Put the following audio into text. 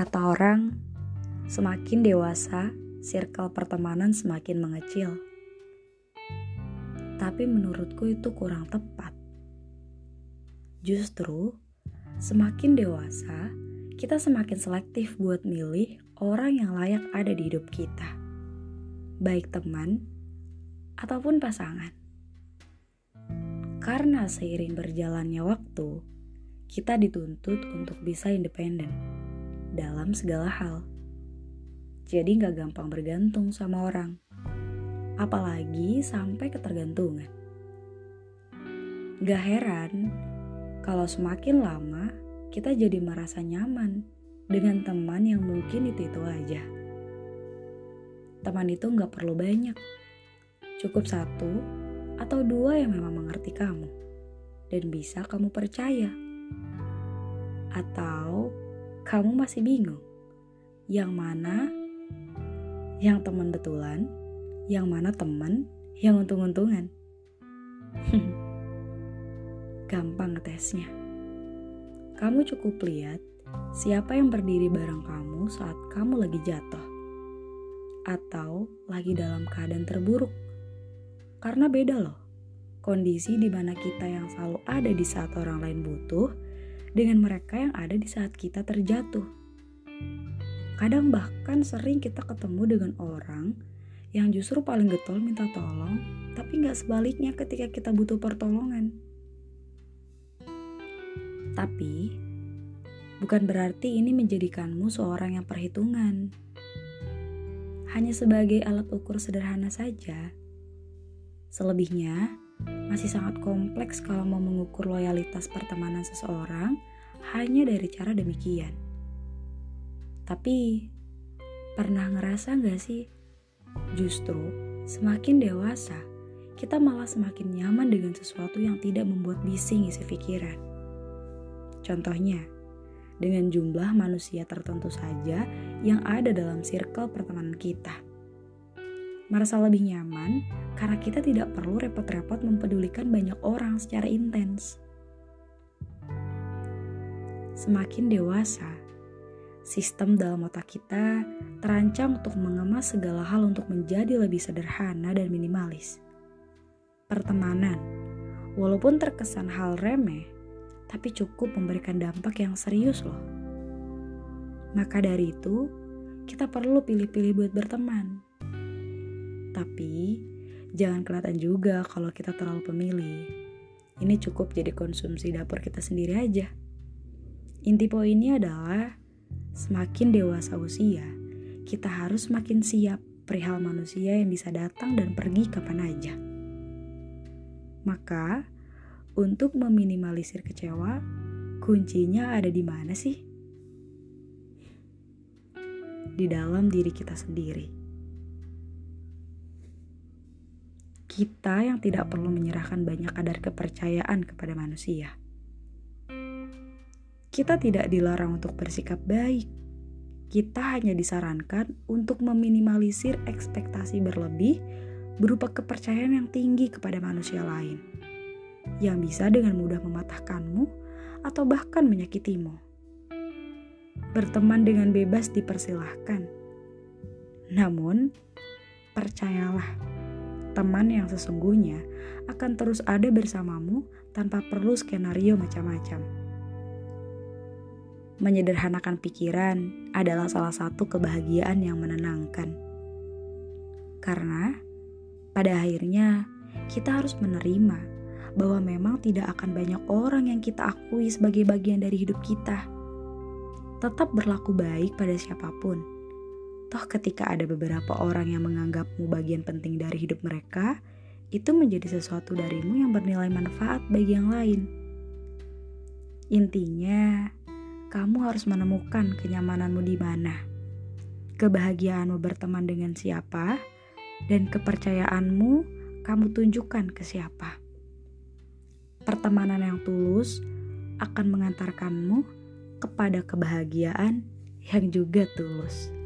Kata orang, semakin dewasa, circle pertemanan semakin mengecil. Tapi menurutku itu kurang tepat. Justru, semakin dewasa, kita semakin selektif buat milih orang yang layak ada di hidup kita. Baik teman, ataupun pasangan. Karena seiring berjalannya waktu, kita dituntut untuk bisa independen dalam segala hal. Jadi gak gampang bergantung sama orang, apalagi sampai ketergantungan. Gak heran kalau semakin lama kita jadi merasa nyaman dengan teman yang mungkin itu-itu aja. Teman itu gak perlu banyak, cukup 1 atau 2 yang memang mengerti kamu dan bisa kamu percaya. Atau kamu masih bingung, yang mana yang teman betulan, yang mana teman yang untung-untungan. Gampang ngetesnya. Kamu cukup lihat siapa yang berdiri bareng kamu saat kamu lagi jatuh atau lagi dalam keadaan terburuk. Karena beda loh, kondisi di mana kita yang selalu ada di saat orang lain butuh dengan mereka yang ada di saat kita terjatuh. Kadang bahkan sering kita ketemu dengan orang yang justru paling getol minta tolong, tapi gak sebaliknya ketika kita butuh pertolongan. Tapi, bukan berarti ini menjadikanmu seorang yang perhitungan. Hanya sebagai alat ukur sederhana saja. Selebihnya, masih sangat kompleks kalau mau mengukur loyalitas pertemanan seseorang hanya dari cara demikian. Tapi, pernah ngerasa gak sih? Justru, semakin dewasa, kita malah semakin nyaman dengan sesuatu yang tidak membuat bising isi pikiran. Contohnya, dengan jumlah manusia tertentu saja yang ada dalam circle pertemanan kita. Merasa lebih nyaman karena kita tidak perlu repot-repot mempedulikan banyak orang secara intens. Semakin dewasa, sistem dalam otak kita terancam untuk mengemas segala hal untuk menjadi lebih sederhana dan minimalis. Pertemanan, walaupun terkesan hal remeh, tapi cukup memberikan dampak yang serius loh. Maka dari itu, kita perlu pilih-pilih buat berteman. Tapi, jangan kelihatan juga kalau kita terlalu pemilih. Ini cukup jadi konsumsi dapur kita sendiri aja. Inti poinnya adalah, semakin dewasa usia, kita harus makin siap perihal manusia yang bisa datang dan pergi kapan aja. Maka, untuk meminimalisir kecewa, kuncinya ada di mana sih? Di dalam diri kita sendiri. Kita yang tidak perlu menyerahkan banyak kadar kepercayaan kepada manusia. Kita tidak dilarang untuk bersikap baik. Kita hanya disarankan untuk meminimalisir ekspektasi berlebih berupa kepercayaan yang tinggi kepada manusia lain, yang bisa dengan mudah mematahkanmu atau bahkan menyakitimu. Berteman dengan bebas dipersilahkan. Namun, percayalah, teman yang sesungguhnya akan terus ada bersamamu tanpa perlu skenario macam-macam. Menyederhanakan pikiran adalah salah satu kebahagiaan yang menenangkan. Karena pada akhirnya kita harus menerima bahwa memang tidak akan banyak orang yang kita akui sebagai bagian dari hidup kita. Tetap berlaku baik pada siapapun. Toh ketika ada beberapa orang yang menganggapmu bagian penting dari hidup mereka, itu menjadi sesuatu darimu yang bernilai manfaat bagi yang lain. Intinya, kamu harus menemukan kenyamananmu di mana, kebahagiaanmu berteman dengan siapa, dan kepercayaanmu kamu tunjukkan ke siapa. Pertemanan yang tulus akan mengantarkanmu kepada kebahagiaan yang juga tulus.